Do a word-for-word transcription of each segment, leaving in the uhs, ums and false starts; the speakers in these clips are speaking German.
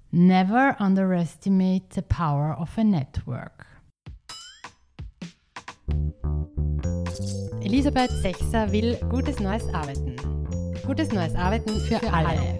Never underestimate the power of a network. Elisabeth Sechser will gutes neues Arbeiten. Gutes neues Arbeiten für, für alle. alle.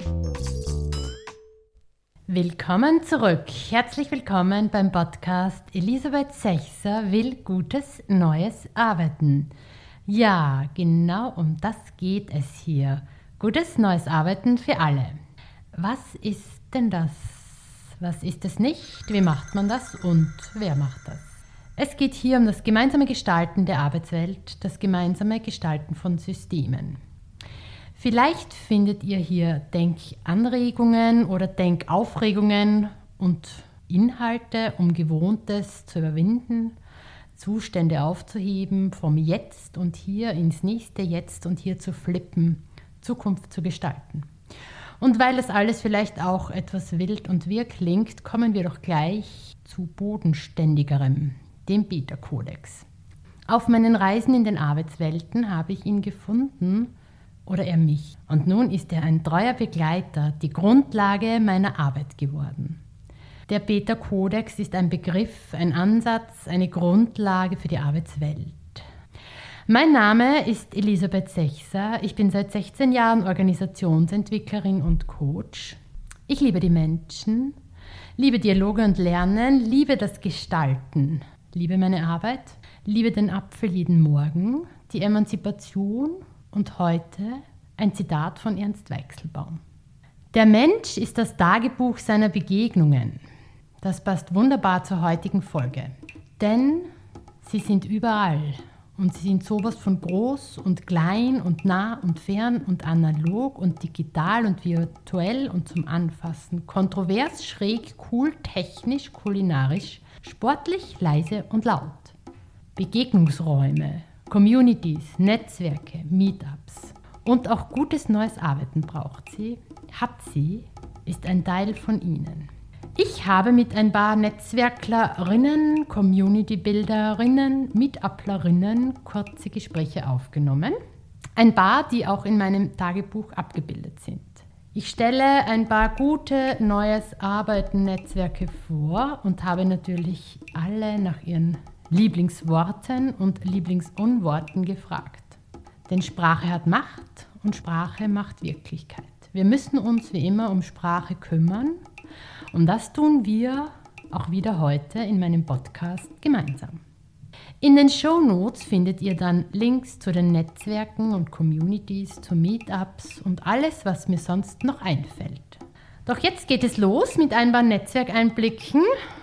Willkommen zurück. Herzlich willkommen beim Podcast Elisabeth Sechser will gutes neues Arbeiten. Ja, genau um das geht es hier. Gutes neues Arbeiten für alle. Was ist denn das? Was ist es nicht? Wie macht man das? Und wer macht das? Es geht hier um das gemeinsame Gestalten der Arbeitswelt, das gemeinsame Gestalten von Systemen. Vielleicht findet ihr hier Denkanregungen oder Denkaufregungen und Inhalte, um Gewohntes zu überwinden, Zustände aufzuheben, vom Jetzt und Hier ins nächste Jetzt und Hier zu flippen, Zukunft zu gestalten. Und weil das alles vielleicht auch etwas wild und wirr klingt, kommen wir doch gleich zu bodenständigerem, dem Beta-Kodex. Auf meinen Reisen in den Arbeitswelten habe ich ihn gefunden oder er mich. Und nun ist er ein treuer Begleiter, die Grundlage meiner Arbeit geworden. Der Beta-Kodex ist ein Begriff, ein Ansatz, eine Grundlage für die Arbeitswelt. Mein Name ist Elisabeth Sechser. Ich bin seit sechzehn Jahren Organisationsentwicklerin und Coach. Ich liebe die Menschen, liebe Dialoge und Lernen, liebe das Gestalten, liebe meine Arbeit, liebe den Apfel jeden Morgen, die Emanzipation und heute ein Zitat von Ernst Weichselbaum. Der Mensch ist das Tagebuch seiner Begegnungen. Das passt wunderbar zur heutigen Folge, denn sie sind überall. Und sie sind sowas von groß und klein und nah und fern und analog und digital und virtuell und zum Anfassen. Kontrovers, schräg, cool, technisch, kulinarisch, sportlich, leise und laut. Begegnungsräume, Communities, Netzwerke, Meetups. Und auch gutes neues Arbeiten braucht sie, hat sie, ist ein Teil von ihnen. Ich habe mit ein paar Netzwerklerinnen, Community-Builderinnen, Meetuplerinnen kurze Gespräche aufgenommen. Ein paar, die auch in meinem Tagebuch abgebildet sind. Ich stelle ein paar gute neues Arbeiten-Netzwerke vor und habe natürlich alle nach ihren Lieblingsworten und Lieblingsunworten gefragt. Denn Sprache hat Macht und Sprache macht Wirklichkeit. Wir müssen uns wie immer um Sprache kümmern. Und das tun wir auch wieder heute in meinem Podcast gemeinsam. In den Shownotes findet ihr dann Links zu den Netzwerken und Communities, zu Meetups und alles, was mir sonst noch einfällt. Doch jetzt geht es los mit ein paar Netzwerkeinblicken.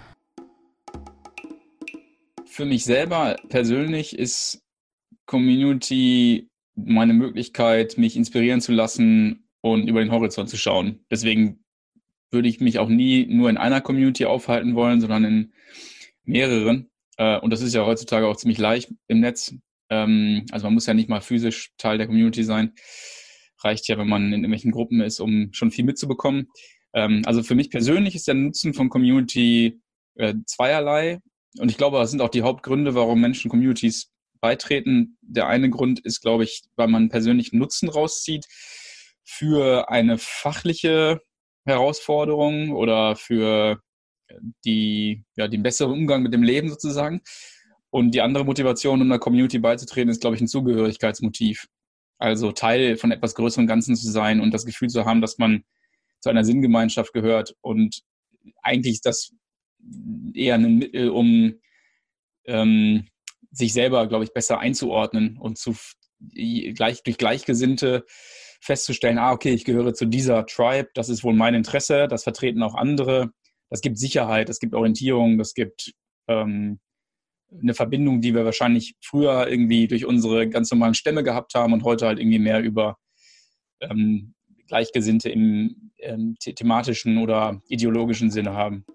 Für mich selber persönlich ist Community meine Möglichkeit, mich inspirieren zu lassen und über den Horizont zu schauen. Deswegen würde ich mich auch nie nur in einer Community aufhalten wollen, sondern in mehreren. Und das ist ja heutzutage auch ziemlich leicht im Netz. Also man muss ja nicht mal physisch Teil der Community sein. Reicht ja, wenn man in irgendwelchen Gruppen ist, um schon viel mitzubekommen. Also für mich persönlich ist der Nutzen von Community zweierlei. Und ich glaube, das sind auch die Hauptgründe, warum Menschen Communities beitreten. Der eine Grund ist, glaube ich, weil man persönlichen Nutzen rauszieht für eine fachliche Herausforderungen oder für die, ja, den besseren Umgang mit dem Leben sozusagen. Und die andere Motivation, um einer Community beizutreten, ist, glaube ich, ein Zugehörigkeitsmotiv. Also Teil von etwas größerem Ganzen zu sein und das Gefühl zu haben, dass man zu einer Sinngemeinschaft gehört. Und eigentlich ist das eher ein Mittel, um ähm, sich selber, glaube ich, besser einzuordnen und zu gleich, durch Gleichgesinnte festzustellen, ah, okay, ich gehöre zu dieser Tribe, das ist wohl mein Interesse, das vertreten auch andere, das gibt Sicherheit, das gibt Orientierung, das gibt ähm, eine Verbindung, die wir wahrscheinlich früher irgendwie durch unsere ganz normalen Stämme gehabt haben und heute halt irgendwie mehr über ähm, Gleichgesinnte im ähm, the- thematischen oder ideologischen Sinne haben.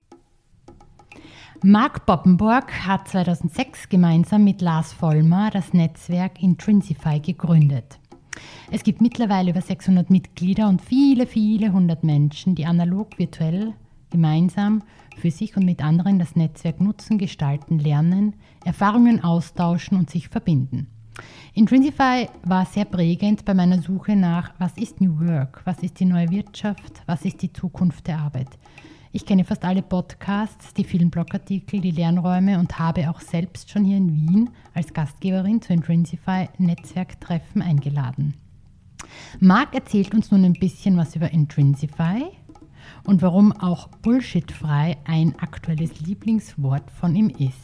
Mark Boppenborg hat zweitausendsechs gemeinsam mit Lars Vollmer das Netzwerk Intrinsify gegründet. Es gibt mittlerweile über sechshundert Mitglieder und viele, viele hundert Menschen, die analog, virtuell, gemeinsam für sich und mit anderen das Netzwerk nutzen, gestalten, lernen, Erfahrungen austauschen und sich verbinden. Intrinsify war sehr prägend bei meiner Suche nach, was ist New Work, was ist die neue Wirtschaft, was ist die Zukunft der Arbeit. Ich kenne fast alle Podcasts, die vielen Blogartikel, die Lernräume und habe auch selbst schon hier in Wien als Gastgeberin zu Intrinsify Netzwerktreffen eingeladen. Marc erzählt uns nun ein bisschen was über Intrinsify und warum auch bullshitfrei ein aktuelles Lieblingswort von ihm ist.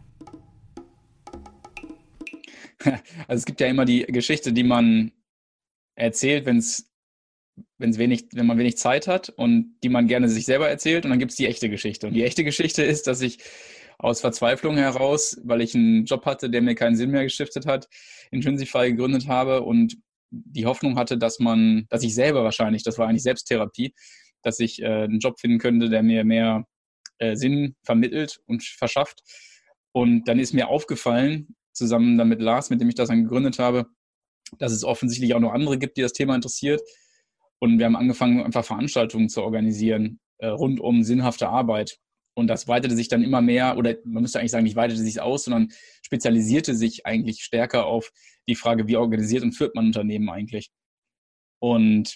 Also es gibt ja immer die Geschichte, die man erzählt, wenn es wenn's wenig, wenn man wenig Zeit hat und die man gerne sich selber erzählt, und dann gibt es die echte Geschichte. Und die echte Geschichte ist, dass ich aus Verzweiflung heraus, weil ich einen Job hatte, der mir keinen Sinn mehr gestiftet hat, Intrinsify gegründet habe und die Hoffnung hatte, dass man, dass ich selber wahrscheinlich, das war eigentlich Selbsttherapie, dass ich äh, einen Job finden könnte, der mir mehr äh, Sinn vermittelt und verschafft. Und dann ist mir aufgefallen, zusammen dann mit Lars, mit dem ich das dann gegründet habe, dass es offensichtlich auch noch andere gibt, die das Thema interessiert. Und wir haben angefangen, einfach Veranstaltungen zu organisieren, äh, rund um sinnhafte Arbeit. Und das weitete sich dann immer mehr, oder man müsste eigentlich sagen, nicht weitete sich aus, sondern spezialisierte sich eigentlich stärker auf die Frage, wie organisiert und führt man Unternehmen eigentlich. Und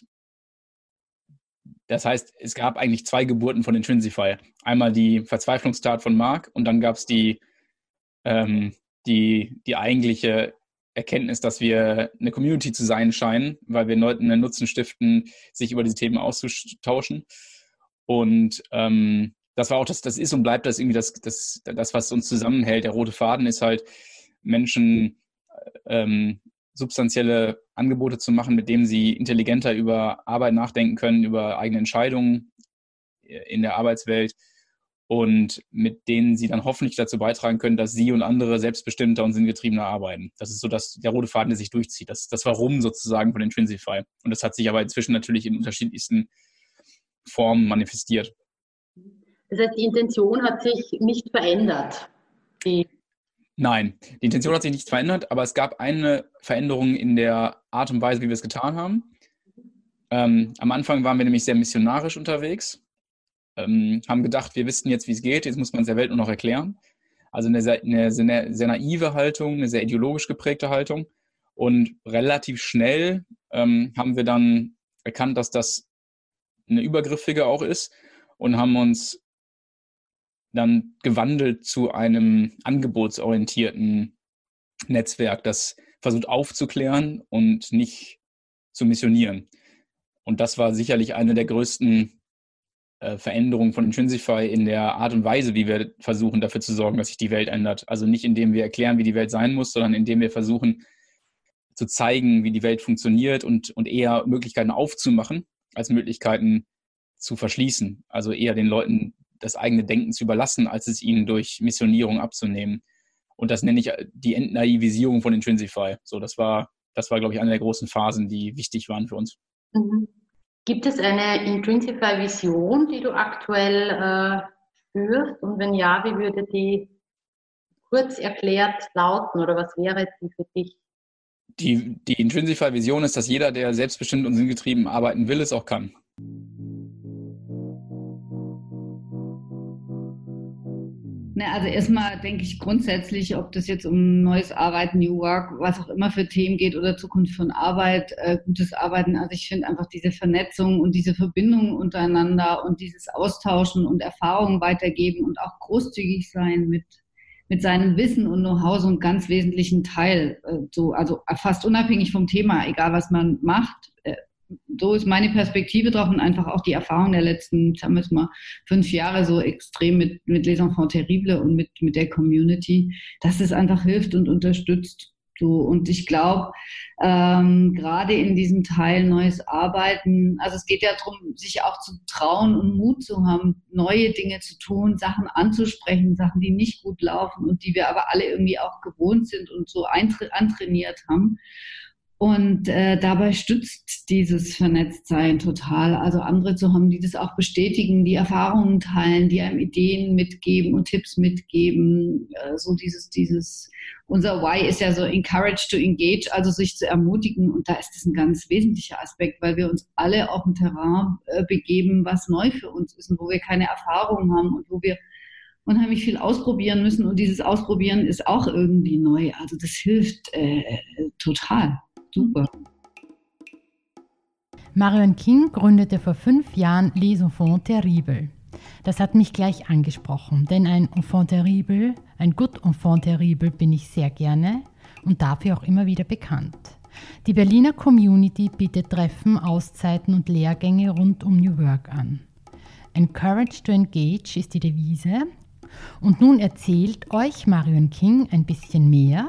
das heißt, es gab eigentlich zwei Geburten von Intrinsify. Einmal die Verzweiflungstat von Marc und dann gab es die, ähm, die, die eigentliche Erkenntnis, dass wir eine Community zu sein scheinen, weil wir Leuten einen Nutzen stiften, sich über diese Themen auszutauschen. Und ähm, das war auch das, das ist und bleibt das irgendwie das, das, das, was uns zusammenhält. Der rote Faden ist halt, Menschen ähm, substanzielle Angebote zu machen, mit denen sie intelligenter über Arbeit nachdenken können, über eigene Entscheidungen in der Arbeitswelt und mit denen sie dann hoffentlich dazu beitragen können, dass sie und andere selbstbestimmter und sinngetriebener arbeiten. Das ist so das, der rote Faden, der sich durchzieht. Das, das Warum sozusagen von Intrinsify. Und das hat sich aber inzwischen natürlich in unterschiedlichsten Formen manifestiert. Das heißt, die Intention hat sich nicht verändert. Die Nein, die Intention hat sich nicht verändert, aber es gab eine Veränderung in der Art und Weise, wie wir es getan haben. Ähm, am Anfang waren wir nämlich sehr missionarisch unterwegs, ähm, haben gedacht, wir wüssten jetzt, wie es geht, jetzt muss man es der Welt nur noch erklären. Also eine sehr, eine sehr, sehr naive Haltung, eine sehr ideologisch geprägte Haltung. Und relativ schnell ähm, haben wir dann erkannt, dass das eine übergriffige auch ist und haben uns dann gewandelt zu einem angebotsorientierten Netzwerk, das versucht aufzuklären und nicht zu missionieren. Und das war sicherlich eine der größten äh, Veränderungen von Intrinsify in der Art und Weise, wie wir versuchen, dafür zu sorgen, dass sich die Welt ändert. Also nicht, indem wir erklären, wie die Welt sein muss, sondern indem wir versuchen zu zeigen, wie die Welt funktioniert und, und eher Möglichkeiten aufzumachen, als Möglichkeiten zu verschließen. Also eher den Leuten das eigene Denken zu überlassen, als es ihnen durch Missionierung abzunehmen. Und das nenne ich die Entnaivisierung von Intrinsify. So, das war, das war, glaube ich, eine der großen Phasen, die wichtig waren für uns. Mhm. Gibt es eine Intrinsify-Vision, die du aktuell äh, spürst? Und wenn ja, wie würde die kurz erklärt lauten oder was wäre die für dich? Die, die Intrinsify-Vision ist, dass jeder, der selbstbestimmt und sinngetrieben arbeiten will, es auch kann. Ne, also erstmal denke ich grundsätzlich, ob das jetzt um neues Arbeiten, New Work, was auch immer für Themen geht oder Zukunft von Arbeit, äh, gutes Arbeiten. Also ich finde einfach diese Vernetzung und diese Verbindung untereinander und dieses Austauschen und Erfahrungen weitergeben und auch großzügig sein mit, mit seinem Wissen und Know-how so einen ganz wesentlichen Teil. Äh, so, also fast unabhängig vom Thema, egal was man macht. Äh, So ist meine Perspektive drauf und einfach auch die Erfahrung der letzten, sagen wir es mal, fünf Jahre so extrem mit, mit Les Enfants Terribles und mit, mit der Community, dass es einfach hilft und unterstützt. So, und ich glaube, ähm, gerade in diesem Teil neues Arbeiten, also es geht ja darum, sich auch zu trauen und Mut zu haben, neue Dinge zu tun, Sachen anzusprechen, Sachen, die nicht gut laufen und die wir aber alle irgendwie auch gewohnt sind und so eintra- antrainiert haben. Und äh, dabei stützt dieses Vernetztsein total. Also andere zu haben, die das auch bestätigen, die Erfahrungen teilen, die einem Ideen mitgeben und Tipps mitgeben. Äh, so dieses, dieses, unser Why ist ja so encourage to engage, also sich zu ermutigen. Und da ist das ein ganz wesentlicher Aspekt, weil wir uns alle auf ein Terrain äh, begeben, was neu für uns ist und wo wir keine Erfahrung haben und wo wir unheimlich viel ausprobieren müssen und dieses Ausprobieren ist auch irgendwie neu. Also das hilft äh, total. Super. Marion King gründete vor fünf Jahren Les Enfants Terribles. Das hat mich gleich angesprochen, denn ein Enfant terrible, ein Good Enfant terrible bin ich sehr gerne und dafür auch immer wieder bekannt. Die Berliner Community bietet Treffen, Auszeiten und Lehrgänge rund um New Work an. Encourage to Engage ist die Devise. Und nun erzählt euch Marion King ein bisschen mehr.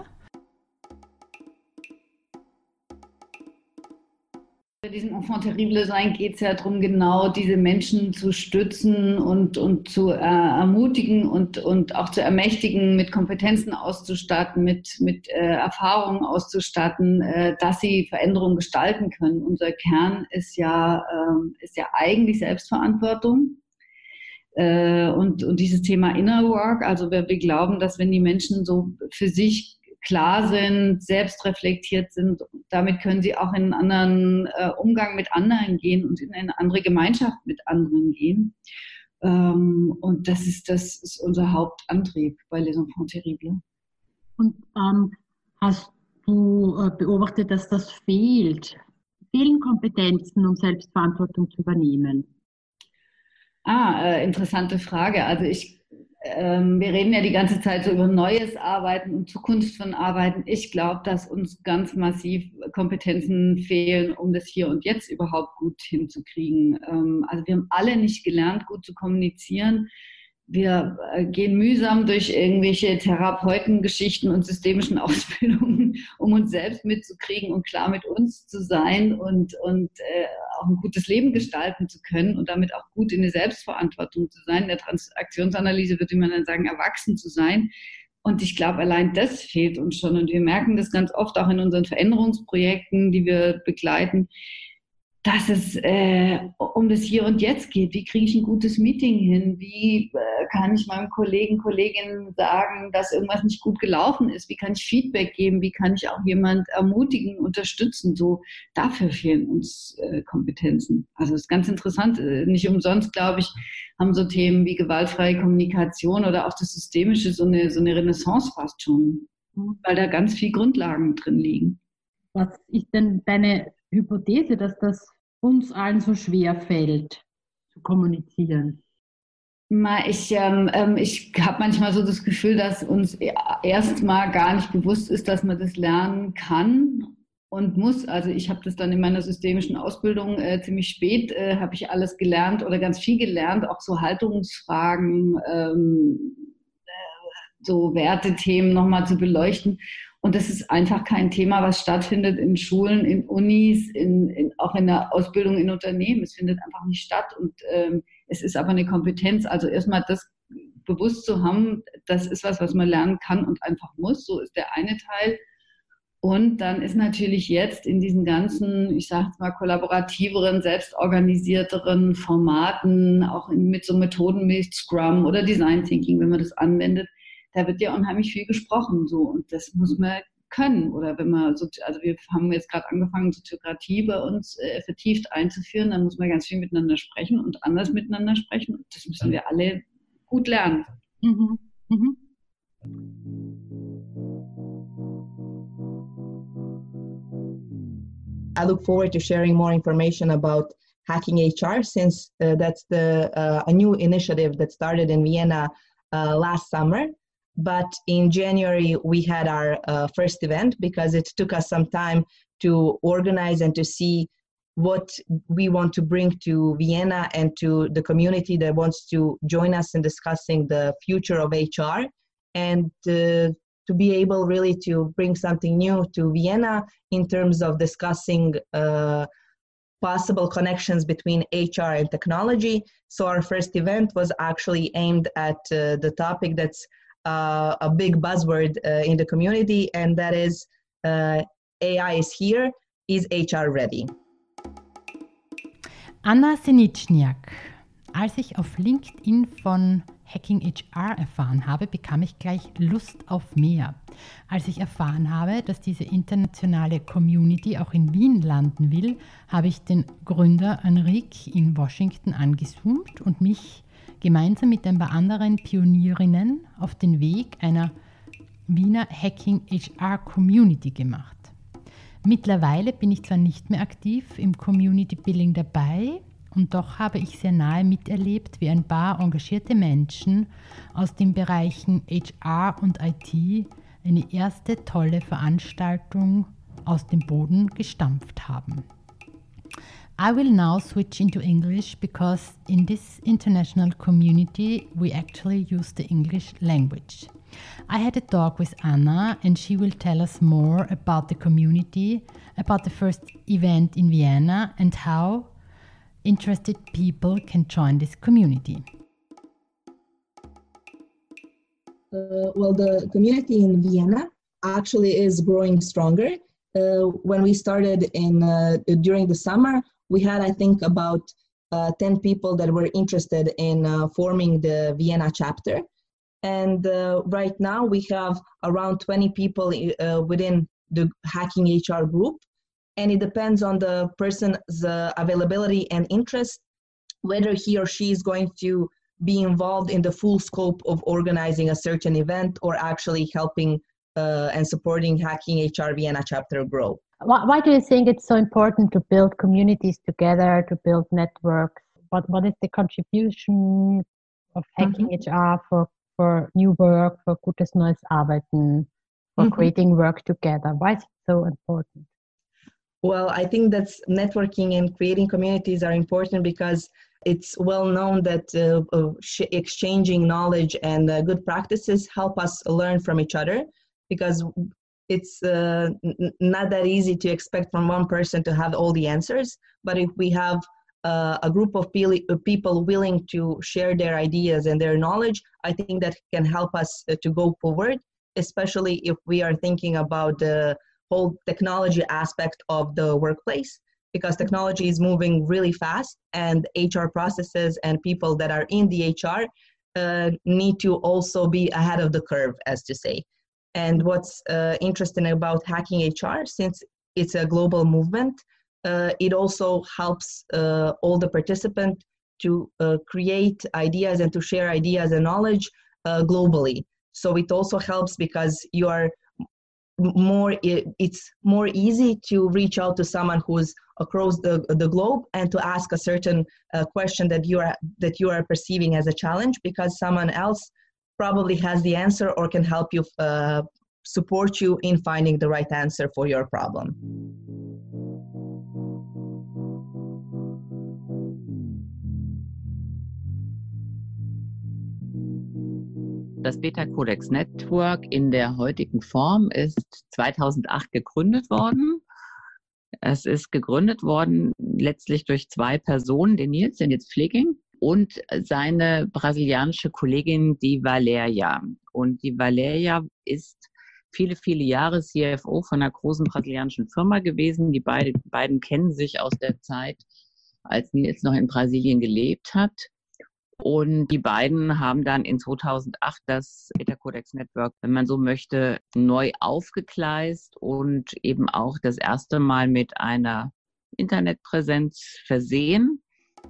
Bei diesem Enfant terrible sein geht es ja darum, genau diese Menschen zu stützen und, und zu äh, ermutigen und, und auch zu ermächtigen, mit Kompetenzen auszustatten, mit, mit äh, Erfahrungen auszustatten, äh, dass sie Veränderungen gestalten können. Unser Kern ist ja, äh, ist ja eigentlich Selbstverantwortung. Äh, und, und dieses Thema Inner Work, also wir, wir glauben, dass wenn die Menschen so für sich klar sind, selbst reflektiert sind, damit können sie auch in einen anderen äh, Umgang mit anderen gehen und in eine andere Gemeinschaft mit anderen gehen. Ähm, und das ist, das ist unser Hauptantrieb bei Les Enfants Terribles. Und ähm, hast du äh, beobachtet, dass das fehlt? Fehlen Kompetenzen, um Selbstverantwortung zu übernehmen? Ah, äh, interessante Frage. Also ich Ähm, wir reden ja die ganze Zeit so über neues Arbeiten und Zukunft von Arbeiten. Ich glaube, dass uns ganz massiv Kompetenzen fehlen, um das Hier und Jetzt überhaupt gut hinzukriegen. Ähm, also wir haben alle nicht gelernt, gut zu kommunizieren. Wir äh, gehen mühsam durch irgendwelche Therapeutengeschichten und systemischen Ausbildungen, um uns selbst mitzukriegen und klar mit uns zu sein und, und äh, auch ein gutes Leben gestalten zu können und damit auch gut in der Selbstverantwortung zu sein. In der Transaktionsanalyse würde man dann sagen, erwachsen zu sein. Und ich glaube, allein das fehlt uns schon. Und wir merken das ganz oft auch in unseren Veränderungsprojekten, die wir begleiten, dass es äh, um das Hier und Jetzt geht. Wie kriege ich ein gutes Meeting hin? Wie äh, kann ich meinem Kollegen, Kolleginnen sagen, dass irgendwas nicht gut gelaufen ist? Wie kann ich Feedback geben? Wie kann ich auch jemand ermutigen, unterstützen? So, dafür fehlen uns äh, Kompetenzen. Also das ist ganz interessant. Nicht umsonst, glaube ich, haben so Themen wie gewaltfreie Kommunikation oder auch das Systemische so eine, so eine Renaissance fast schon, weil da ganz viel Grundlagen drin liegen. Was ist denn deine Hypothese, dass das uns allen so schwer fällt, zu kommunizieren? Ich, ähm, ich habe manchmal so das Gefühl, dass uns erstmal gar nicht bewusst ist, dass man das lernen kann und muss. Also ich habe das dann in meiner systemischen Ausbildung äh, ziemlich spät, äh, habe ich alles gelernt oder ganz viel gelernt, auch so Haltungsfragen, ähm, äh, so Wertethemen nochmal zu beleuchten. Und das ist einfach kein Thema, was stattfindet in Schulen, in Unis, in, in, auch in der Ausbildung in Unternehmen. Es findet einfach nicht statt und ähm, es ist aber eine Kompetenz. Also erstmal das bewusst zu haben, das ist was, was man lernen kann und einfach muss. So ist der eine Teil. Und dann ist natürlich jetzt in diesen ganzen, ich sage jetzt mal, kollaborativeren, selbstorganisierteren Formaten, auch in, mit so Methoden wie Scrum oder Design Thinking, wenn man das anwendet, da wird ja unheimlich viel gesprochen, so, und das muss man können. Oder wenn man, so, also wir haben jetzt gerade angefangen, Soziokratie bei uns äh, vertieft einzuführen, dann muss man ganz viel miteinander sprechen und anders miteinander sprechen. Und das müssen wir alle gut lernen. Mhm. Mhm. I look forward to sharing more information about Hacking H R, since uh, that's the uh, a new initiative that started in Vienna uh, last summer. But in January, we had our uh, first event because it took us some time to organize and to see what we want to bring to Vienna and to the community that wants to join us in discussing the future of H R, and uh, to be able really to bring something new to Vienna in terms of discussing uh, possible connections between H R and technology. So our first event was actually aimed at uh, the topic that's Uh, a big buzzword uh, in the community, and that is uh, A I is here, is H R ready? Anna Seniczniak. Als ich auf LinkedIn von Hacking H R erfahren habe, bekam ich gleich Lust auf mehr. Als ich erfahren habe, dass diese internationale Community auch in Wien landen will, habe ich den Gründer Enrique in Washington angezoomt und mich gemeinsam mit ein paar anderen Pionierinnen auf den Weg einer Wiener Hacking H R Community gemacht. Mittlerweile bin ich zwar nicht mehr aktiv im Community Building dabei, und doch habe ich sehr nahe miterlebt, wie ein paar engagierte Menschen aus den Bereichen H R und I T eine erste tolle Veranstaltung aus dem Boden gestampft haben. I will now switch into English because in this international community we actually use the English language. I had a talk with Anna and she will tell us more about the community, about the first event in Vienna and how interested people can join this community. Uh, well, the community in Vienna actually is growing stronger. Uh, when we started in uh, during the summer, we had, I think, about uh, ten people that were interested in uh, forming the Vienna chapter. And uh, right now we have around twenty people uh, within the Hacking H R group. And it depends on the person's uh, availability and interest, whether he or she is going to be involved in the full scope of organizing a certain event or actually helping uh, and supporting Hacking H R Vienna chapter grow. Why, why do you think it's so important to build communities together, to build networks? What What is the contribution of Hacking mm-hmm. H R for, for new work, for gutes neues Arbeiten, for mm-hmm. creating work together? Why is it so important? Well, I think that networking and creating communities are important because it's well known that uh, uh, sh- exchanging knowledge and uh, good practices help us learn from each other, because it's uh, n- not that easy to expect from one person to have all the answers. But if we have uh, a group of pe- people willing to share their ideas and their knowledge, I think that can help us uh, to go forward, especially if we are thinking about the whole technology aspect of the workplace, because technology is moving really fast and H R processes and people that are in the H R uh, need to also be ahead of the curve, as to say. And what's uh, interesting about Hacking H R, since it's a global movement, uh, it also helps uh, all the participants to uh, create ideas and to share ideas and knowledge uh, globally. So it also helps because you are more it's more easy to reach out to someone who's across the the globe and to ask a certain uh, question that you are that you are perceiving as a challenge, because someone else probably has the answer or can help you uh, support you in finding the right answer for your problem. Das Beta-Codex Network in der heutigen Form ist zweitausendacht gegründet worden. Es ist gegründet worden letztlich durch zwei Personen, den Nils, den Nils Pfleging, und seine brasilianische Kollegin, die Valeria. Und die Valeria ist viele, viele Jahre C F O von einer großen brasilianischen Firma gewesen. Die beide, beiden kennen sich aus der Zeit, als Nils noch in Brasilien gelebt hat. Und die beiden haben dann in zweitausendacht das Beta-Codex Network, wenn man so möchte, neu aufgegleist und eben auch das erste Mal mit einer Internetpräsenz versehen.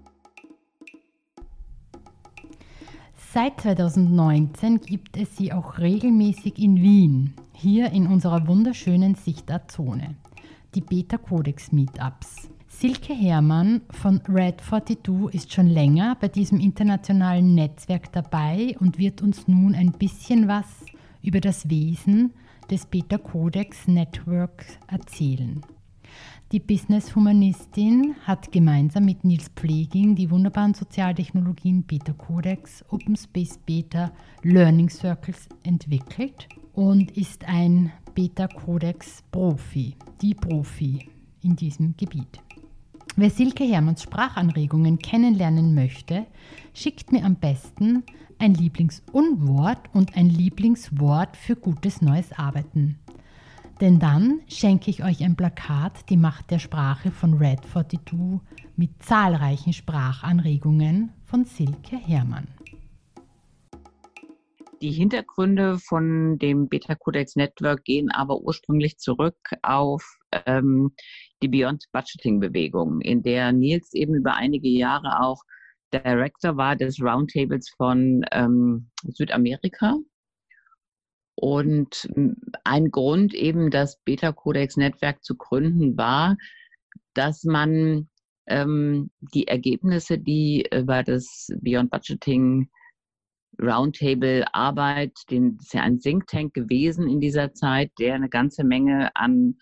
Seit zweitausendneunzehn gibt es sie auch regelmäßig in Wien, hier in unserer wunderschönen Sichterzone, die Beta-Codex Meetups. Silke Herrmann von Red zweiundvierzig ist schon länger bei diesem internationalen Netzwerk dabei und wird uns nun ein bisschen was über das Wesen des Beta-Codex Networks erzählen. Die Business-Humanistin hat gemeinsam mit Nils Pfleging die wunderbaren Sozialtechnologien Beta-Codex, Open Space Beta, Learning Circles entwickelt und ist ein Beta-Codex-Profi, die Profi in diesem Gebiet. Wer Silke Herrmanns Sprachanregungen kennenlernen möchte, schickt mir am besten ein Lieblingsunwort und ein Lieblingswort für gutes neues Arbeiten. Denn dann schenke ich euch ein Plakat, die Macht der Sprache von Red zweiundvierzig mit zahlreichen Sprachanregungen von Silke Herrmann. Die Hintergründe von dem Beta-Codex Network gehen aber ursprünglich zurück auf ähm, die Beyond Budgeting Bewegung, in der Nils eben über einige Jahre auch Director war des Roundtables von ähm, Südamerika. Und ein Grund eben, das Beta-Codex-Netzwerk zu gründen, war, dass man ähm, die Ergebnisse, die über das Beyond Budgeting Roundtable Arbeit, den, das ist ja ein Think Tank gewesen in dieser Zeit, der eine ganze Menge an,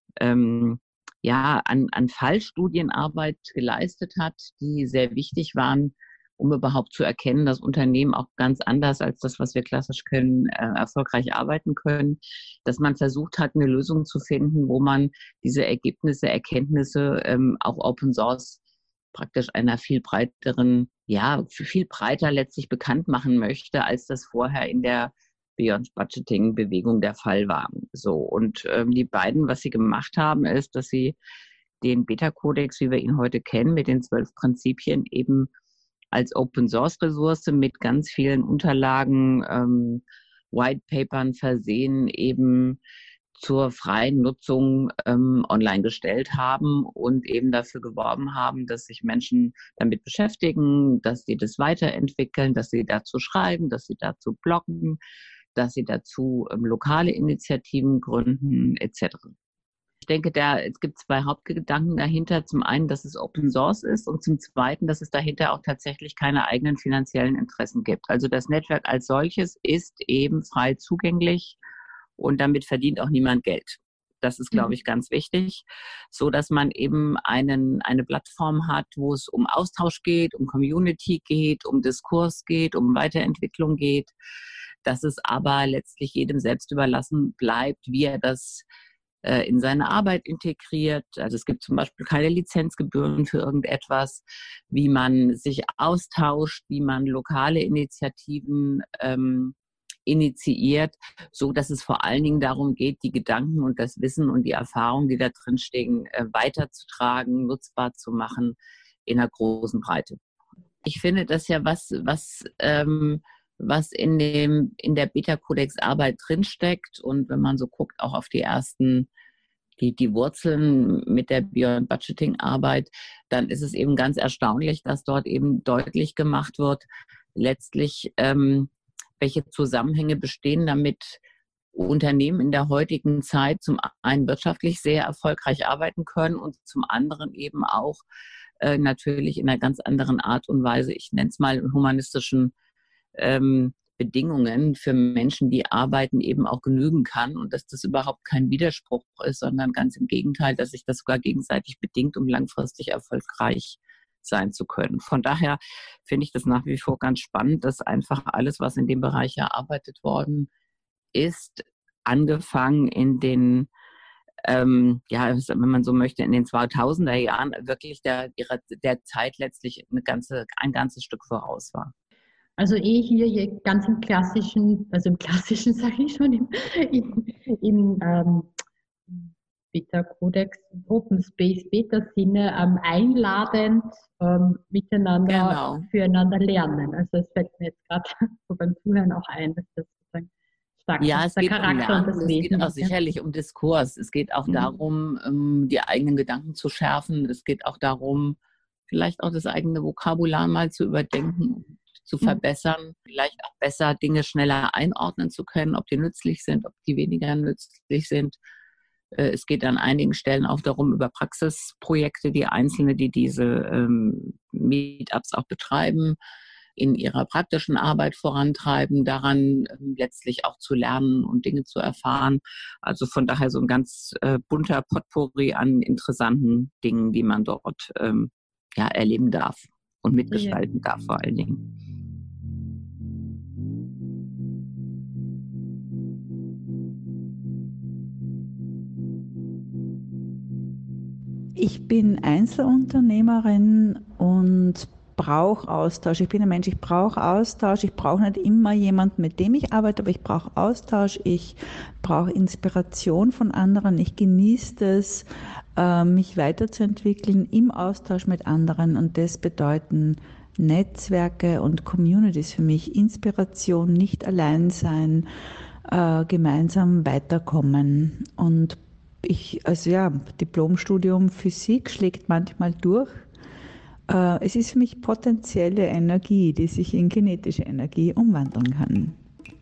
ähm, ja, an, an Fallstudienarbeit geleistet hat, die sehr wichtig waren, um überhaupt zu erkennen, dass Unternehmen auch ganz anders als das, was wir klassisch können, äh, erfolgreich arbeiten können, dass man versucht hat, eine Lösung zu finden, wo man diese Ergebnisse, Erkenntnisse ähm, auch Open Source praktisch einer viel breiteren, ja, viel breiter letztlich bekannt machen möchte, als das vorher in der Beyond Budgeting Bewegung der Fall war. So, und ähm, die beiden, was sie gemacht haben, ist, dass sie den Beta-Codex, wie wir ihn heute kennen, mit den zwölf Prinzipien eben als Open-Source-Ressource mit ganz vielen Unterlagen, ähm, White-Papern versehen, eben zur freien Nutzung ähm, online gestellt haben und eben dafür geworben haben, dass sich Menschen damit beschäftigen, dass sie das weiterentwickeln, dass sie dazu schreiben, dass sie dazu bloggen, dass sie dazu ähm, lokale Initiativen gründen, et cetera. Ich denke, da, es gibt zwei Hauptgedanken dahinter. Zum einen, dass es Open Source ist und zum zweiten, dass es dahinter auch tatsächlich keine eigenen finanziellen Interessen gibt. Also das Netzwerk als solches ist eben frei zugänglich und damit verdient auch niemand Geld. Das ist, glaube ich, ganz wichtig, so dass man eben einen, eine Plattform hat, wo es um Austausch geht, um Community geht, um Diskurs geht, um Weiterentwicklung geht, dass es aber letztlich jedem selbst überlassen bleibt, wie er das in seine Arbeit integriert. Also es gibt zum Beispiel keine Lizenzgebühren für irgendetwas, wie man sich austauscht, wie man lokale Initiativen ähm, initiiert, so dass es vor allen Dingen darum geht, die Gedanken und das Wissen und die Erfahrungen, die da drin stehen, äh, weiterzutragen, nutzbar zu machen in einer großen Breite. Ich finde das ja was, was ähm, was in dem in der Beta-Codex-Arbeit drinsteckt. Und wenn man so guckt, auch auf die ersten, die, die Wurzeln mit der Beyond Budgeting-Arbeit, dann ist es eben ganz erstaunlich, dass dort eben deutlich gemacht wird, letztlich, ähm, welche Zusammenhänge bestehen, damit Unternehmen in der heutigen Zeit zum einen wirtschaftlich sehr erfolgreich arbeiten können und zum anderen eben auch äh, natürlich in einer ganz anderen Art und Weise, ich nenne es mal humanistischen Ähm, Bedingungen für Menschen, die arbeiten, eben auch genügen kann und dass das überhaupt kein Widerspruch ist, sondern ganz im Gegenteil, dass sich das sogar gegenseitig bedingt, um langfristig erfolgreich sein zu können. Von daher finde ich das nach wie vor ganz spannend, dass einfach alles, was in dem Bereich erarbeitet worden ist, angefangen in den Ähm, ja, wenn man so möchte, in den zweitausender Jahren wirklich der, der Zeit letztlich eine ganze, ein ganzes Stück voraus war. Also eh hier ganz im klassischen, also im klassischen sage ich schon, im, im, im ähm, Beta-Codex, Open Space Beta-Sinne ähm, einladend ähm, miteinander Genau. füreinander lernen. Also es fällt mir jetzt gerade so beim Zuhören auch ein, dass das sozusagen stark ja, ist, es der geht Charakter um Lernen, und das es Wesen. geht auch ist, ja. sicherlich um Diskurs. Es geht auch Mhm. darum, ähm, die eigenen Gedanken zu schärfen. Es geht auch darum, vielleicht auch das eigene Vokabular mal zu überdenken, zu verbessern, vielleicht auch besser Dinge schneller einordnen zu können, ob die nützlich sind, ob die weniger nützlich sind. Es geht an einigen Stellen auch darum, über Praxisprojekte, die Einzelne, die diese ähm, Meetups auch betreiben, in ihrer praktischen Arbeit vorantreiben, daran ähm, letztlich auch zu lernen und Dinge zu erfahren. Also von daher so ein ganz äh, bunter Potpourri an interessanten Dingen, die man dort ähm, ja, erleben darf und mitgestalten darf vor allen Dingen. Ich bin Einzelunternehmerin und brauche Austausch. Ich bin ein Mensch, ich brauche Austausch. Ich brauche nicht immer jemanden, mit dem ich arbeite, aber ich brauche Austausch. Ich brauche Inspiration von anderen. Ich genieße es, mich weiterzuentwickeln im Austausch mit anderen. Und das bedeuten Netzwerke und Communities für mich. Inspiration, nicht allein sein, gemeinsam weiterkommen. Und ich, also ja, Diplomstudium Physik schlägt manchmal durch. Äh, es ist für mich potenzielle Energie, die sich in kinetische Energie umwandeln kann.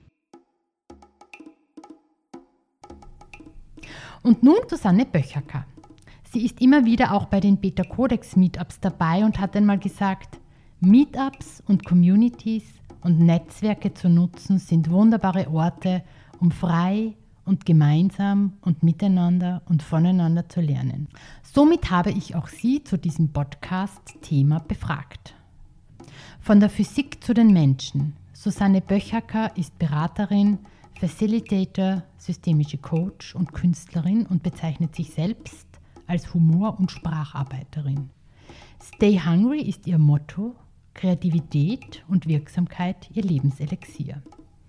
Und nun Susanne Böchacker. Sie ist immer wieder auch bei den Beta Codex Meetups dabei und hat einmal gesagt, Meetups und Communities und Netzwerke zu nutzen sind wunderbare Orte, um frei und gemeinsam und miteinander und voneinander zu lernen. Somit habe ich auch Sie zu diesem Podcast-Thema befragt. Von der Physik zu den Menschen. Susanne Böchacker ist Beraterin, Facilitator, systemische Coach und Künstlerin und bezeichnet sich selbst als Humor- und Spracharbeiterin. Stay Hungry ist ihr Motto, Kreativität und Wirksamkeit ihr Lebenselixier.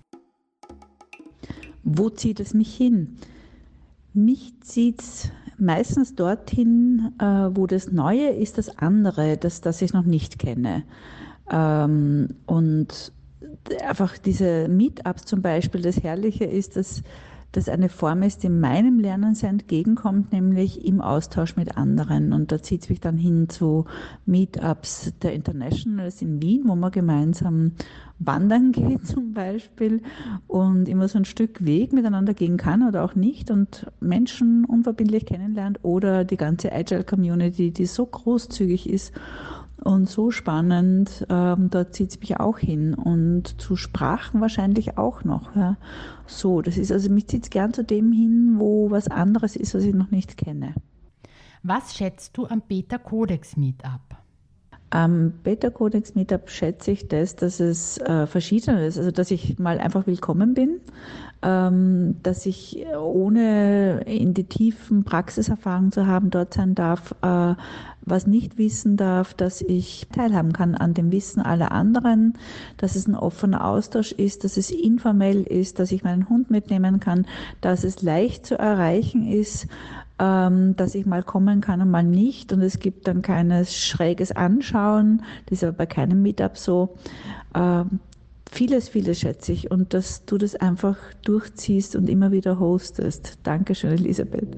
Wo zieht es mich hin? Mich zieht es meistens dorthin, äh, wo das Neue ist, das andere, das, das ich noch nicht kenne. Ähm, und einfach diese Meetups zum Beispiel, das Herrliche ist, dass das eine Form ist, die meinem Lernen sehr entgegenkommt, nämlich im Austausch mit anderen. Und da zieht es mich dann hin zu Meetups der Internationals in Wien, wo man gemeinsam wandern geht zum Beispiel und immer so ein Stück Weg miteinander gehen kann oder auch nicht und Menschen unverbindlich kennenlernt, oder die ganze Agile-Community, die so großzügig ist und so spannend, ähm, da zieht es mich auch hin, und zu Sprachen wahrscheinlich auch noch. Ja. So, das ist also, mich zieht es gern zu dem hin, wo was anderes ist, was ich noch nicht kenne. Was schätzt du am Beta Codex Meetup? Am Beta Codex Meetup schätze ich das, dass es äh, verschieden ist, also dass ich mal einfach willkommen bin, ähm, dass ich ohne in die tiefen Praxiserfahrung zu haben dort sein darf, äh, was nicht wissen darf, dass ich teilhaben kann an dem Wissen aller anderen, dass es ein offener Austausch ist, dass es informell ist, dass ich meinen Hund mitnehmen kann, dass es leicht zu erreichen ist, ähm, dass ich mal kommen kann und mal nicht, und es gibt dann keines schräges Anschauen, das ist aber bei keinem Meetup so. Ähm, vieles, vieles schätze ich, und dass du das einfach durchziehst und immer wieder hostest. Dankeschön, Elisabeth.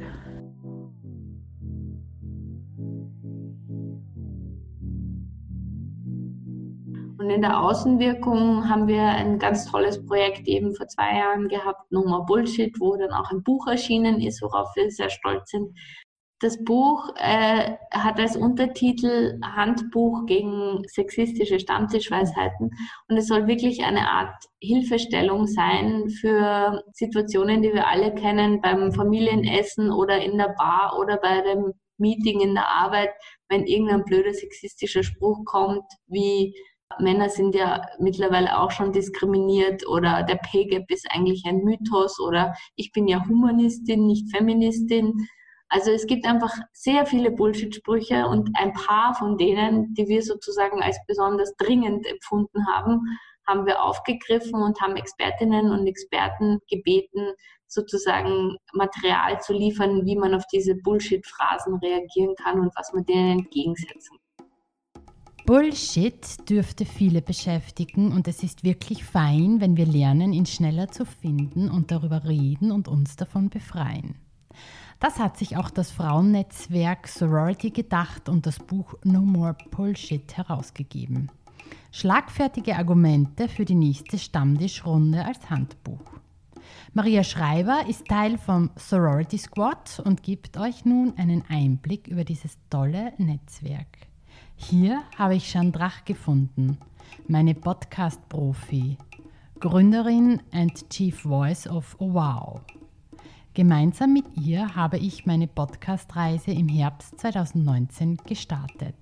Und in der Außenwirkung haben wir ein ganz tolles Projekt eben vor zwei Jahren gehabt, No More Bullshit, wo dann auch ein Buch erschienen ist, worauf wir sehr stolz sind. Das Buch äh, hat als Untertitel Handbuch gegen sexistische Stammtischweisheiten, und es soll wirklich eine Art Hilfestellung sein für Situationen, die wir alle kennen, beim Familienessen oder in der Bar oder bei dem Meeting in der Arbeit, wenn irgendein blöder sexistischer Spruch kommt, wie Männer sind ja mittlerweile auch schon diskriminiert oder der Pay Gap ist eigentlich ein Mythos oder ich bin ja Humanistin, nicht Feministin. Also es gibt einfach sehr viele Bullshit-Sprüche, und ein paar von denen, die wir sozusagen als besonders dringend empfunden haben, haben wir aufgegriffen und haben Expertinnen und Experten gebeten, sozusagen Material zu liefern, wie man auf diese Bullshit-Phrasen reagieren kann und was man denen entgegensetzen kann. Bullshit dürfte viele beschäftigen, und es ist wirklich fein, wenn wir lernen, ihn schneller zu finden und darüber reden und uns davon befreien. Das hat sich auch das Frauennetzwerk Sorority gedacht und das Buch No More Bullshit herausgegeben. Schlagfertige Argumente für die nächste Stammtischrunde als Handbuch. Maria Schreiber ist Teil vom Sorority Squad und gibt euch nun einen Einblick über dieses tolle Netzwerk. Hier habe ich Jeanne Drach gefunden, meine Podcast-Profi, Gründerin and Chief Voice of Oh Wow. Gemeinsam mit ihr habe ich meine Podcast-Reise im Herbst zweitausendneunzehn gestartet.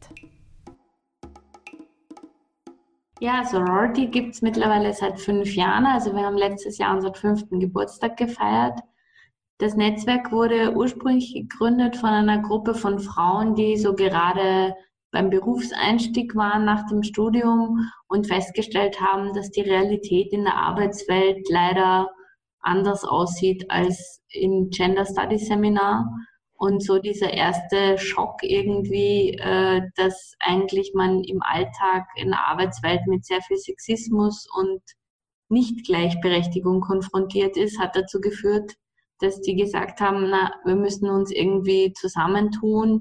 Ja, Sorority gibt es mittlerweile seit fünf Jahren. Also wir haben letztes Jahr unseren fünften Geburtstag gefeiert. Das Netzwerk wurde ursprünglich gegründet von einer Gruppe von Frauen, die so gerade beim Berufseinstieg waren nach dem Studium und festgestellt haben, dass die Realität in der Arbeitswelt leider anders aussieht als im Gender Studies Seminar. Und so dieser erste Schock irgendwie, äh, dass eigentlich man im Alltag in der Arbeitswelt mit sehr viel Sexismus und Nicht-Gleichberechtigung konfrontiert ist, hat dazu geführt, dass die gesagt haben, na, wir müssen uns irgendwie zusammentun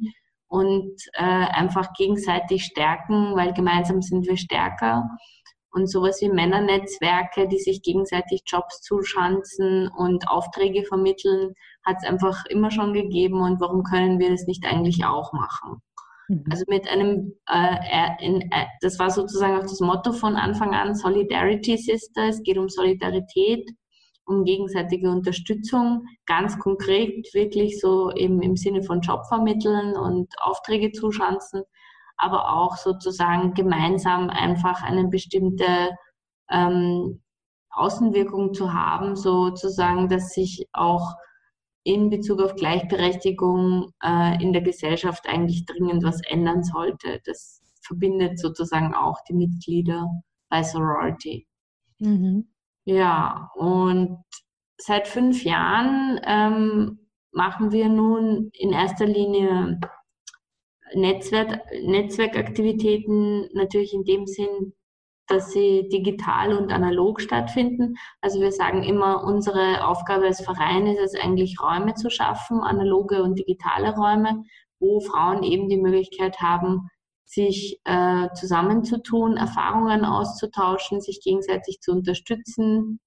und äh, einfach gegenseitig stärken, weil gemeinsam sind wir stärker. Und sowas wie Männernetzwerke, die sich gegenseitig Jobs zuschanzen und Aufträge vermitteln, hat es einfach immer schon gegeben. Und warum können wir das nicht eigentlich auch machen? Mhm. Also mit einem, äh, in, äh, das war sozusagen auch das Motto von Anfang an, Solidarity Sister. Es geht um Solidarität, um gegenseitige Unterstützung, ganz konkret wirklich so eben im Sinne von Job vermitteln und Aufträge zuschanzen, aber auch sozusagen gemeinsam einfach eine bestimmte ähm, Außenwirkung zu haben, sozusagen, dass sich auch in Bezug auf Gleichberechtigung äh, in der Gesellschaft eigentlich dringend was ändern sollte. Das verbindet sozusagen auch die Mitglieder bei Sorority. Mhm. Ja, und seit fünf Jahren ähm, machen wir nun in erster Linie Netzwerk, Netzwerkaktivitäten, natürlich in dem Sinn, dass sie digital und analog stattfinden. Also wir sagen immer, unsere Aufgabe als Verein ist es eigentlich, Räume zu schaffen, analoge und digitale Räume, wo Frauen eben die Möglichkeit haben, sich äh, zusammenzutun, Erfahrungen auszutauschen, sich gegenseitig zu unterstützen,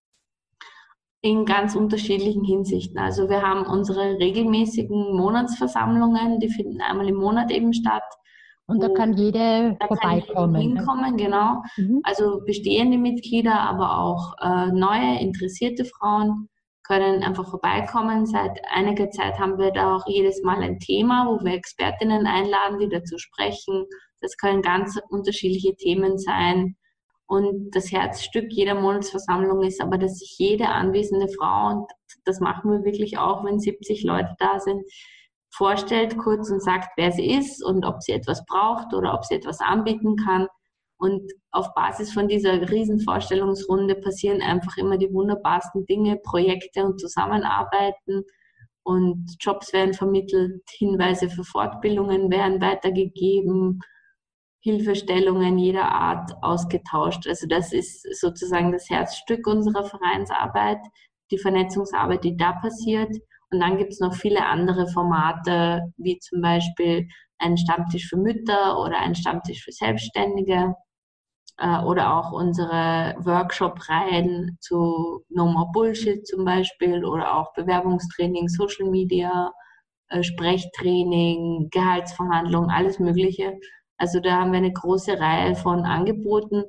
in ganz unterschiedlichen Hinsichten. Also wir haben unsere regelmäßigen Monatsversammlungen, die finden einmal im Monat eben statt. Und da kann jede da vorbeikommen. Kann hinkommen, genau. Mhm. Also bestehende Mitglieder, aber auch äh, neue, interessierte Frauen können einfach vorbeikommen. Seit einiger Zeit haben wir da auch jedes Mal ein Thema, wo wir Expertinnen einladen, die dazu sprechen. Das können ganz unterschiedliche Themen sein. Und das Herzstück jeder Monatsversammlung ist aber, dass sich jede anwesende Frau, und das machen wir wirklich auch, wenn siebzig Leute da sind, vorstellt kurz und sagt, wer sie ist und ob sie etwas braucht oder ob sie etwas anbieten kann. Und auf Basis von dieser Riesenvorstellungsrunde passieren einfach immer die wunderbarsten Dinge, Projekte und Zusammenarbeiten. Und Jobs werden vermittelt, Hinweise für Fortbildungen werden weitergegeben, Hilfestellungen jeder Art ausgetauscht. Also das ist sozusagen das Herzstück unserer Vereinsarbeit, die Vernetzungsarbeit, die da passiert. Und dann gibt es noch viele andere Formate, wie zum Beispiel ein Stammtisch für Mütter oder ein Stammtisch für Selbstständige äh, oder auch unsere Workshop-Reihen zu No More Bullshit zum Beispiel oder auch Bewerbungstraining, Social Media, äh, Sprechtraining, Gehaltsverhandlungen, alles Mögliche. Also da haben wir eine große Reihe von Angeboten.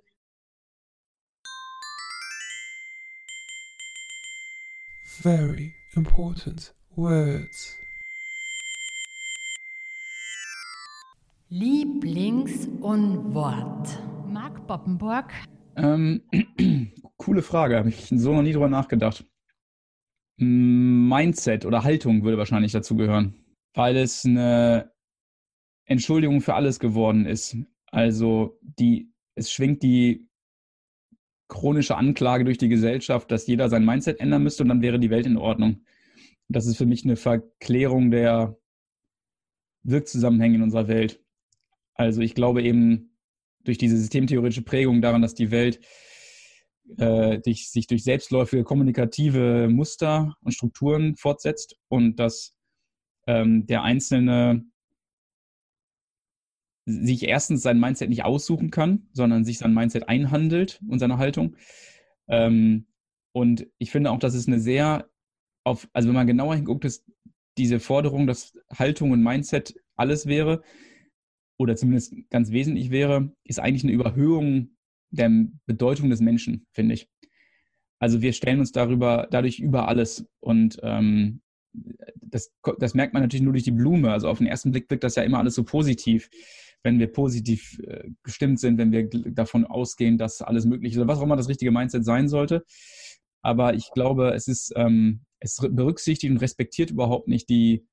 Very important words. Lieblingsunwort. Marc Poppenburg. Ähm, coole Frage, habe ich so noch nie drüber nachgedacht. Mindset oder Haltung würde wahrscheinlich dazu gehören, weil es eine Entschuldigung für alles geworden ist. Also die, es schwingt die chronische Anklage durch die Gesellschaft, dass jeder sein Mindset ändern müsste und dann wäre die Welt in Ordnung. Das ist für mich eine Verklärung der Wirkzusammenhänge in unserer Welt. Also ich glaube eben durch diese systemtheoretische Prägung daran, dass die Welt äh, durch, sich durch selbstläufige kommunikative Muster und Strukturen fortsetzt und dass ähm, der Einzelne sich erstens sein Mindset nicht aussuchen kann, sondern sich sein Mindset einhandelt und seine Haltung. Ähm, und ich finde auch, dass es eine sehr, auf, also wenn man genauer hinguckt, ist diese Forderung, dass Haltung und Mindset alles wäre, oder zumindest ganz wesentlich wäre, ist eigentlich eine Überhöhung der Bedeutung des Menschen, finde ich. Also wir stellen uns darüber, dadurch über alles und ähm, das, das merkt man natürlich nur durch die Blume. Also auf den ersten Blick wirkt das ja immer alles so positiv, wenn wir positiv äh, gestimmt sind, wenn wir davon ausgehen, dass alles möglich ist oder was auch immer das richtige Mindset sein sollte. Aber ich glaube, es ist, ähm, es berücksichtigt und respektiert überhaupt nicht die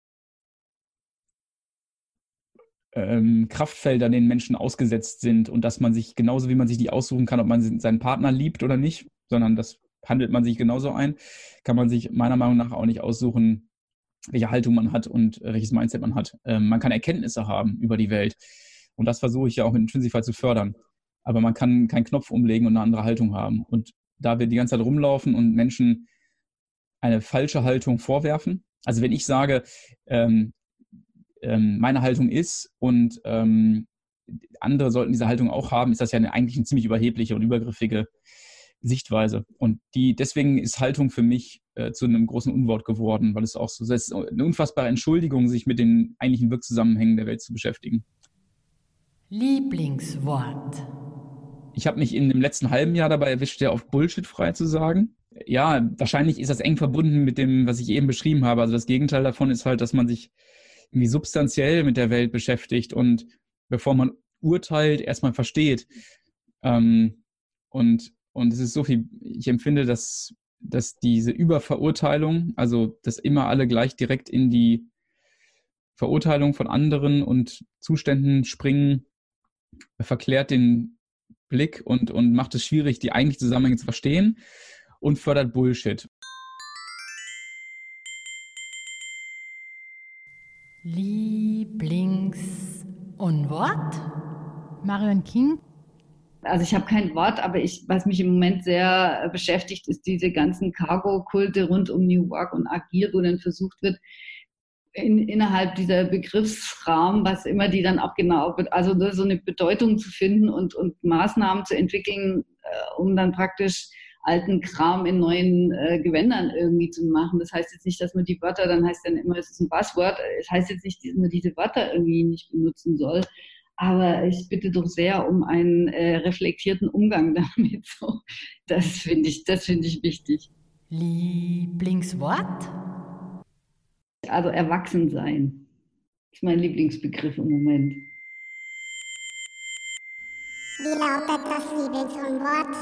ähm, Kraftfelder, denen Menschen ausgesetzt sind und dass man sich genauso wie man sich die aussuchen kann, ob man seinen Partner liebt oder nicht, sondern das handelt man sich genauso ein, kann man sich meiner Meinung nach auch nicht aussuchen, welche Haltung man hat und welches Mindset man hat. Ähm, man kann Erkenntnisse haben über die Welt und das versuche ich ja auch in Intrinsify zu fördern. Aber man kann keinen Knopf umlegen und eine andere Haltung haben. Und da wir die ganze Zeit rumlaufen und Menschen eine falsche Haltung vorwerfen, also wenn ich sage, ähm, ähm, meine Haltung ist und ähm, andere sollten diese Haltung auch haben, ist das ja eine, eigentlich eine ziemlich überhebliche und übergriffige Sichtweise. Und die, deswegen ist Haltung für mich äh, zu einem großen Unwort geworden, weil es auch so es ist eine unfassbare Entschuldigung, sich mit den eigentlichen Wirkzusammenhängen der Welt zu beschäftigen. Lieblingswort. Ich habe mich in dem letzten halben Jahr dabei erwischt, ja auf Bullshit frei zu sagen. Ja, wahrscheinlich ist das eng verbunden mit dem, was ich eben beschrieben habe. Also das Gegenteil davon ist halt, dass man sich irgendwie substanziell mit der Welt beschäftigt und bevor man urteilt, erstmal versteht. Ähm, und, und es ist so viel, ich empfinde, dass, dass diese Überverurteilung, also dass immer alle gleich direkt in die Verurteilung von anderen und Zuständen springen, verklärt den Blick und, und macht es schwierig, die eigentlichen Zusammenhänge zu verstehen und fördert Bullshit. Lieblingsunwort? Marion King? Also ich habe kein Wort, aber ich, was mich im Moment sehr beschäftigt, ist diese ganzen Cargo-Kulte rund um New Work und Agil, wo dann versucht wird, in, innerhalb dieser Begriffsrahmen, was immer die dann auch genau, also so eine Bedeutung zu finden und, und Maßnahmen zu entwickeln, äh, um dann praktisch alten Kram in neuen äh, Gewändern irgendwie zu machen. Das heißt jetzt nicht, dass man die Wörter, dann heißt dann immer, es ist ein Buzzword, es heißt jetzt nicht, dass man diese Wörter irgendwie nicht benutzen soll, aber ich bitte doch sehr um einen äh, reflektierten Umgang damit. So, das finde ich, das finde ich wichtig. Lieblingswort? Also erwachsen sein ist mein Lieblingsbegriff im Moment. Wie lautet das Lieblingsunwort?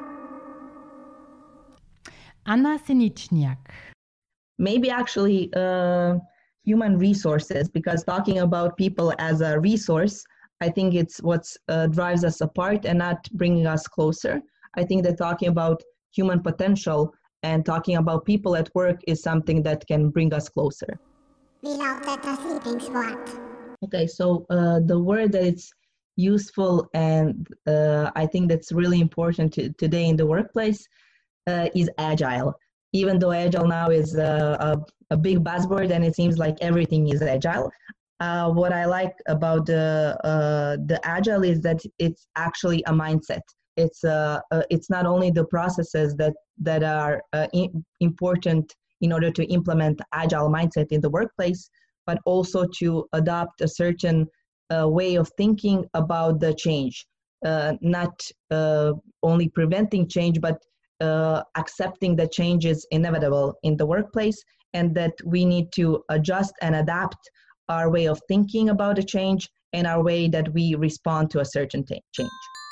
Anna Siniczniak. Maybe actually uh, human resources, because talking about people as a resource, I think it's what uh, drives us apart and not bringing us closer. I think that talking about human potential and talking about people at work is something that can bring us closer. Wie lautet das Lieblingswort? Okay, so uh, the word that it's useful and uh, I think that's really important to, today in the workplace uh, is agile. Even though agile now is uh, a, a big buzzword and it seems like everything is agile, uh, what I like about the uh, the agile is that it's actually a mindset. It's uh, uh, it's not only the processes that that are uh, in, important in order to implement agile mindset in the workplace, but also to adopt a certain uh, way of thinking about the change, uh, not uh, only preventing change, but uh, accepting that change is inevitable in the workplace and that we need to adjust and adapt our way of thinking about the change and our way that we respond to a certain t- change.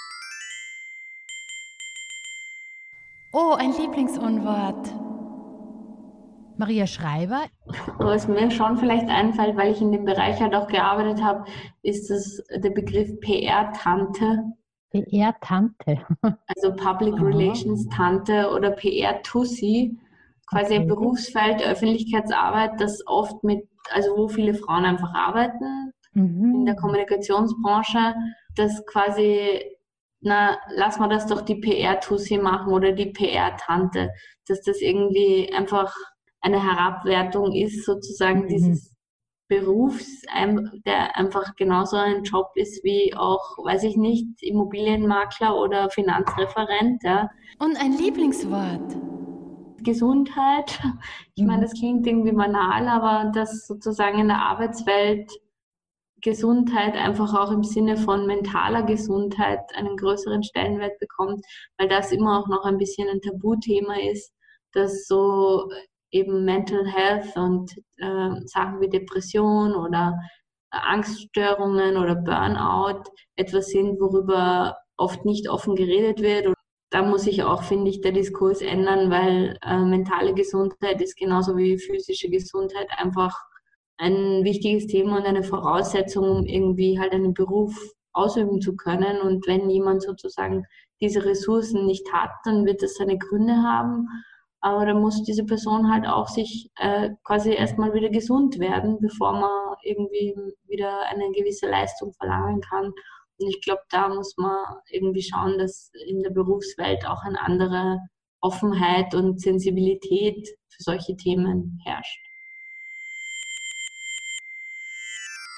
Oh, ein Lieblingsunwort. Maria Schreiber. Was mir schon vielleicht einfällt, weil ich in dem Bereich halt auch gearbeitet habe, ist das der Begriff P R-Tante. P R-Tante. Also Public Relations Tante oder P R-Tussi. Quasi okay. Ein Berufsfeld Öffentlichkeitsarbeit, das oft mit, also wo viele Frauen einfach arbeiten mhm. in der Kommunikationsbranche, das quasi, na, lass mal das doch die P R-Tussi machen oder die P R-Tante, dass das irgendwie einfach eine Herabwertung ist, sozusagen mhm. dieses Berufs, der einfach genauso ein Job ist wie auch, weiß ich nicht, Immobilienmakler oder Finanzreferent. Ja. Und ein Lieblingswort? Gesundheit. Ich meine, das klingt irgendwie banal, aber dass sozusagen in der Arbeitswelt Gesundheit einfach auch im Sinne von mentaler Gesundheit einen größeren Stellenwert bekommt, weil das immer auch noch ein bisschen ein Tabuthema ist, dass so eben Mental Health und äh, Sachen wie Depression oder äh, Angststörungen oder Burnout etwas sind, worüber oft nicht offen geredet wird. Und da muss sich auch, finde ich, der Diskurs ändern, weil äh, mentale Gesundheit ist genauso wie physische Gesundheit einfach ein wichtiges Thema und eine Voraussetzung, um irgendwie halt einen Beruf ausüben zu können. Und wenn jemand sozusagen diese Ressourcen nicht hat, dann wird das seine Gründe haben. Aber dann muss diese Person halt auch sich äh, quasi erstmal wieder gesund werden, bevor man irgendwie wieder eine gewisse Leistung verlangen kann. Und ich glaube, da muss man irgendwie schauen, dass in der Berufswelt auch eine andere Offenheit und Sensibilität für solche Themen herrscht.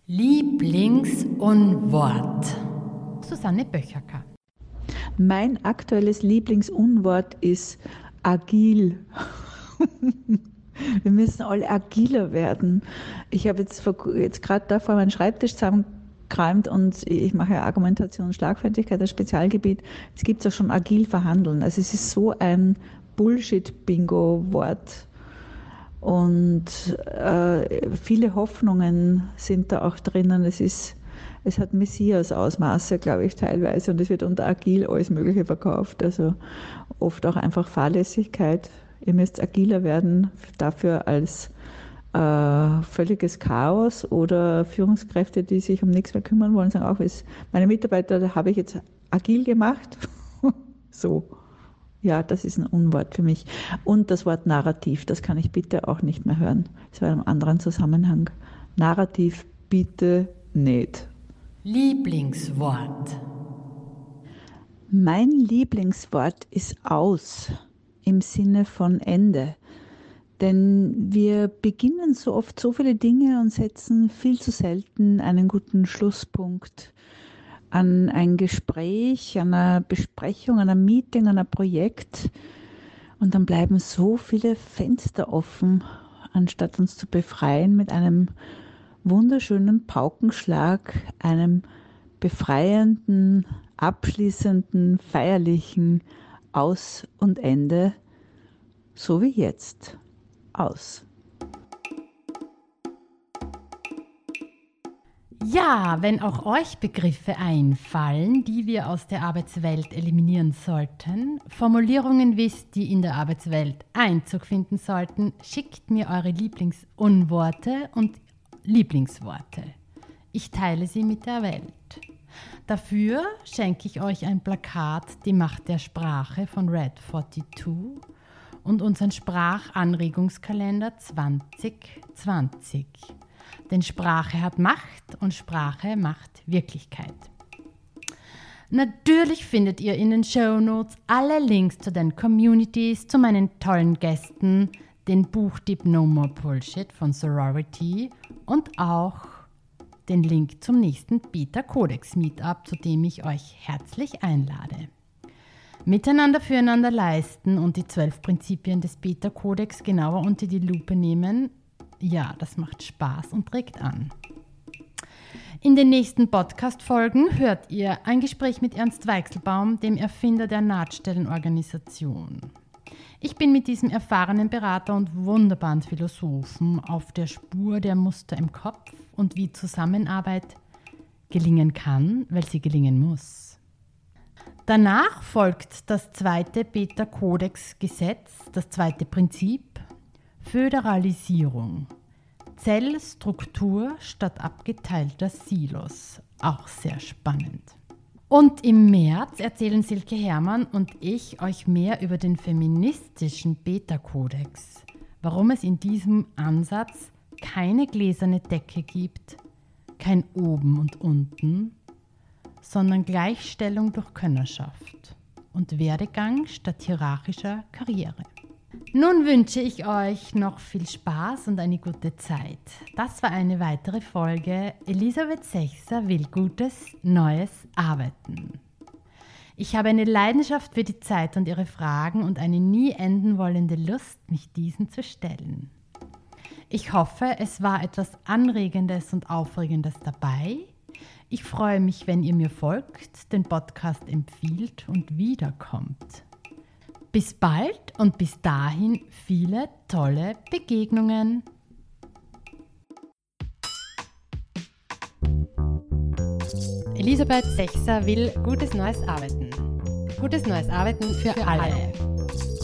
Lieblingsunwort. Susanne Böcherker. Mein aktuelles Lieblingsunwort ist agil. Wir müssen alle agiler werden. Ich habe jetzt, jetzt gerade da vor meinem Schreibtisch zusammengeräumt und ich mache ja Argumentation und Schlagfertigkeit als Spezialgebiet. Es gibt ja schon agil verhandeln. Also es ist so ein Bullshit-Bingo-Wort. Und äh, viele Hoffnungen sind da auch drinnen. Es ist, es hat Messias-Ausmaße, glaube ich, teilweise. Und es wird unter agil alles Mögliche verkauft. Also oft auch einfach Fahrlässigkeit. Ihr müsst agiler werden, dafür als äh, völliges Chaos oder Führungskräfte, die sich um nichts mehr kümmern wollen, sagen auch, meine Mitarbeiter, da habe ich jetzt agil gemacht. So, ja, das ist ein Unwort für mich. Und das Wort Narrativ, das kann ich bitte auch nicht mehr hören. Das war in einem anderen Zusammenhang. Narrativ bitte nicht. Lieblingswort. Mein Lieblingswort ist aus. Im Sinne von Ende. Denn wir beginnen so oft so viele Dinge und setzen viel zu selten einen guten Schlusspunkt an ein Gespräch, an einer Besprechung, an einem Meeting, an einem Projekt. Und dann bleiben so viele Fenster offen, anstatt uns zu befreien mit einem wunderschönen Paukenschlag, einem befreienden, abschließenden, feierlichen Aus und Ende, so wie jetzt. Aus. Ja, wenn auch euch Begriffe einfallen, die wir aus der Arbeitswelt eliminieren sollten, Formulierungen wisst, die in der Arbeitswelt Einzug finden sollten, schickt mir eure Lieblingsunworte und Lieblingsworte. Ich teile sie mit der Welt. Dafür schenke ich euch ein Plakat Die Macht der Sprache von Red zweiundvierzig und unseren Sprachanregungskalender zwanzig zwanzig. Denn Sprache hat Macht und Sprache macht Wirklichkeit. Natürlich findet ihr in den Shownotes alle Links zu den Communities, zu meinen tollen Gästen, den Buchtipp No More Bullshit von Sorority und auch den Link zum nächsten Beta Codex Meetup, zu dem ich euch herzlich einlade. Miteinander füreinander leisten und die zwölf Prinzipien des Beta Codex genauer unter die Lupe nehmen, ja, das macht Spaß und regt an. In den nächsten Podcast-Folgen hört ihr ein Gespräch mit Ernst Weichselbaum, dem Erfinder der Nahtstellenorganisation. Ich bin mit diesem erfahrenen Berater und wunderbaren Philosophen auf der Spur der Muster im Kopf und wie Zusammenarbeit gelingen kann, weil sie gelingen muss. Danach folgt das zweite Beta-Kodex-Gesetz, das zweite Prinzip, Föderalisierung. Zellstruktur statt abgeteilter Silos. Auch sehr spannend. Und im März erzählen Silke Herrmann und ich euch mehr über den feministischen Beta-Kodex. Warum es in diesem Ansatz keine gläserne Decke gibt, kein Oben und Unten, sondern Gleichstellung durch Könnerschaft und Werdegang statt hierarchischer Karriere. Nun wünsche ich euch noch viel Spaß und eine gute Zeit. Das war eine weitere Folge Elisabeth Sechser will gutes, neues Arbeiten. Ich habe eine Leidenschaft für die Zeit und ihre Fragen und eine nie enden wollende Lust, mich diesen zu stellen. Ich hoffe, es war etwas Anregendes und Aufregendes dabei. Ich freue mich, wenn ihr mir folgt, den Podcast empfiehlt und wiederkommt. Bis bald und bis dahin viele tolle Begegnungen. Elisabeth Sechser will gutes neues Arbeiten. Gutes neues Arbeiten für, für alle. alle.